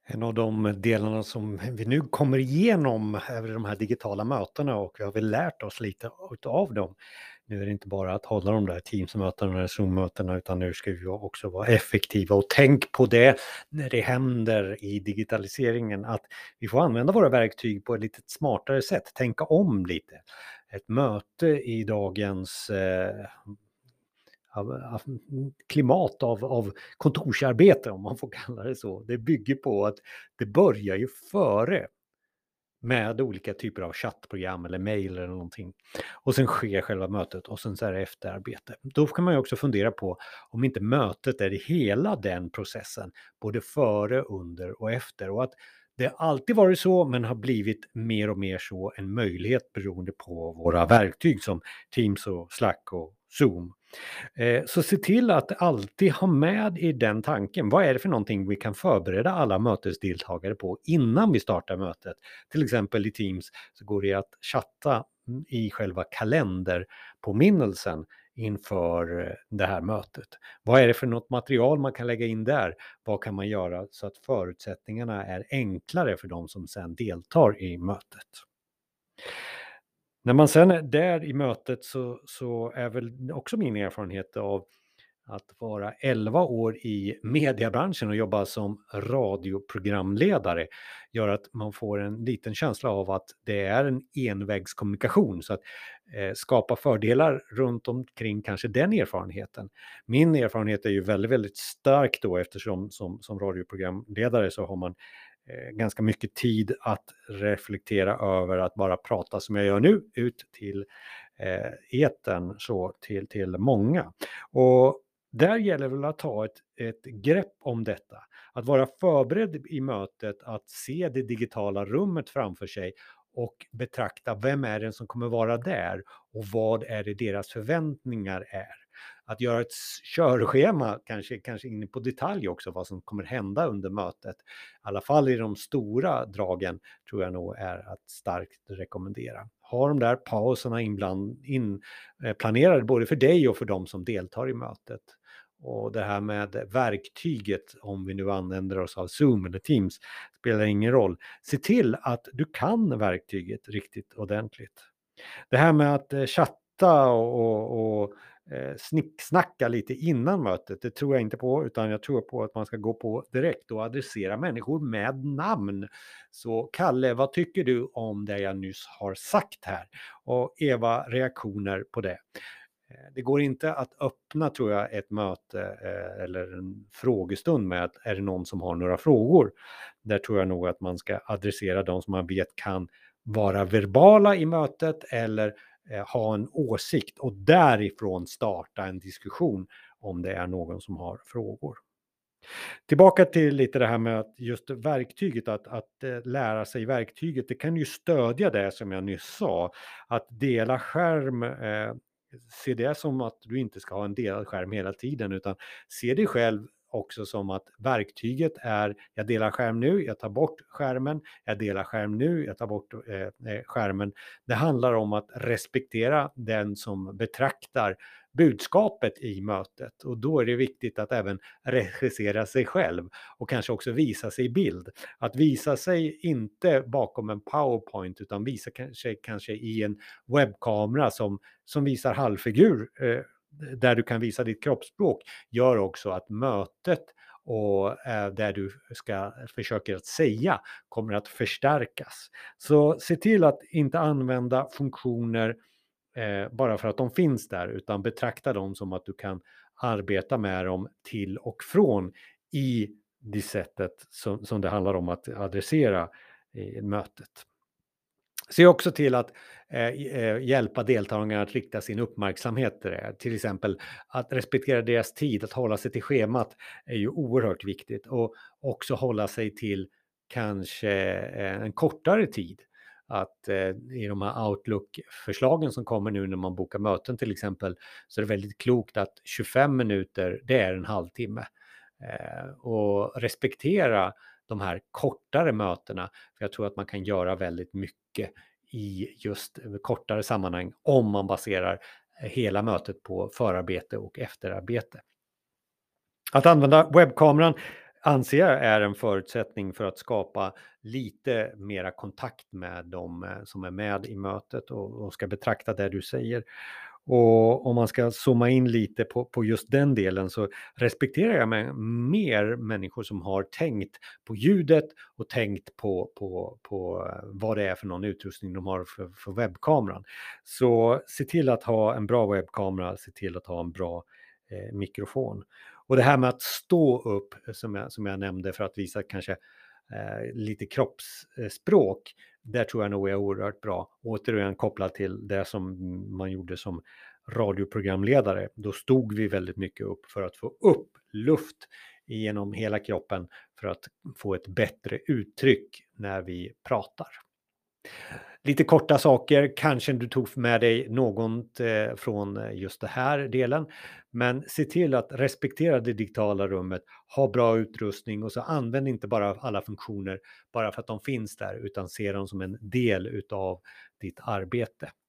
En av de delarna som vi nu kommer igenom är de här digitala mötena och vi har väl lärt oss lite av dem. Nu är det inte bara att hålla de där Teams-mötena eller Zoom-mötena utan nu ska vi också vara effektiva och tänk på det när det händer i digitaliseringen att vi får använda våra verktyg på ett lite smartare sätt, tänka om lite. Ett möte i dagens klimat av kontorsarbete om man får kalla det så. Det bygger på att det börjar ju före med olika typer av chattprogram eller mejl eller någonting. Och sen sker själva mötet och sen så är det efterarbete. Då kan man ju också fundera på om inte mötet är hela den processen, både före, under och efter. Och att det alltid varit så men har blivit mer och mer så en möjlighet beroende på våra verktyg som Teams och Slack och Zoom. Så se till att alltid ha med i den tanken, vad är det för någonting vi kan förbereda alla mötesdeltagare på innan vi startar mötet? Till exempel i Teams så går det att chatta i själva kalenderpåminnelsen inför det här mötet. Vad är det för något material man kan lägga in där? Vad kan man göra så att förutsättningarna är enklare för de som sedan deltar i mötet? När man sen är där i mötet så är väl också min erfarenhet av att vara 11 år i mediebranschen och jobba som radioprogramledare gör att man får en liten känsla av att det är en envägskommunikation. Så att skapa fördelar runt omkring kanske den erfarenheten. Min erfarenhet är ju väldigt, väldigt stark då eftersom som radioprogramledare så har man ganska mycket tid att reflektera över att bara prata som jag gör nu ut till etern så till många. Och där gäller det väl att ta ett grepp om detta. Att vara förberedd i mötet, att se det digitala rummet framför sig och betrakta vem är det som kommer vara där och vad är det deras förväntningar är. Att göra ett körschema, kanske in på detalj också, vad som kommer hända under mötet. I alla fall i de stora dragen tror jag nog är att starkt rekommendera. Ha de där pauserna planerade både för dig och för de som deltar i mötet. Och det här med verktyget, om vi nu använder oss av Zoom eller Teams, spelar ingen roll. Se till att du kan verktyget riktigt ordentligt. Det här med att chatta och snicksnacka lite innan mötet, det tror jag inte på, utan jag tror på att man ska gå på direkt och adressera människor med namn. Så Kalle, vad tycker du om det jag nyss har sagt här? Och Eva, reaktioner på det. Det går inte att öppna, tror jag, ett möte eller en frågestund med att är det någon som har några frågor. Där tror jag nog att man ska adressera de som man vet kan vara verbala i mötet eller ha en åsikt och därifrån starta en diskussion om det är någon som har frågor. Tillbaka till lite det här med att just verktyget, att lära sig verktyget, det kan ju stödja det som jag nyss sa. Att dela skärm, se det som att du inte ska ha en delad skärm hela tiden utan se dig själv också som att verktyget är, jag delar skärm nu, jag tar bort skärmen, jag delar skärm nu, jag tar bort skärmen. Det handlar om att respektera den som betraktar budskapet i mötet och då är det viktigt att även regissera sig själv och kanske också visa sig i bild. Att visa sig inte bakom en PowerPoint utan visa kanske i en webbkamera som visar halvfigur där du kan visa ditt kroppsspråk gör också att mötet och där du ska försöka att säga kommer att förstärkas. Så se till att inte använda funktioner bara för att de finns där utan betrakta dem som att du kan arbeta med dem till och från i det sättet som det handlar om att adressera i mötet. Se också till att hjälpa deltagarna att rikta sin uppmärksamhet till det. Till exempel att respektera deras tid, att hålla sig till schemat är ju oerhört viktigt och också hålla sig till kanske en kortare tid. Att i de här Outlook-förslagen som kommer nu när man bokar möten till exempel så är det väldigt klokt att 25 minuter det är en halvtimme. Och respektera de här kortare mötena. För jag tror att man kan göra väldigt mycket i just kortare sammanhang om man baserar hela mötet på förarbete och efterarbete. Att använda webbkameran anser jag är en förutsättning för att skapa lite mera kontakt med de som är med i mötet och ska betrakta det du säger. Och om man ska zooma in lite på just den delen så respekterar jag mer människor som har tänkt på ljudet och tänkt på vad det är för någon utrustning de har för webbkameran. Så se till att ha en bra webbkamera, se till att ha en bra mikrofon. Och det här med att stå upp som jag nämnde för att visa kanske lite kroppsspråk, där tror jag nog är oerhört bra. Återigen kopplat till det som man gjorde som radioprogramledare. Då stod vi väldigt mycket upp för att få upp luft genom hela kroppen för att få ett bättre uttryck när vi pratar. Lite korta saker, kanske du tog med dig något från just det här delen. Men se till att respektera det digitala rummet, ha bra utrustning och så använd inte bara alla funktioner bara för att de finns där utan se dem som en del utav ditt arbete.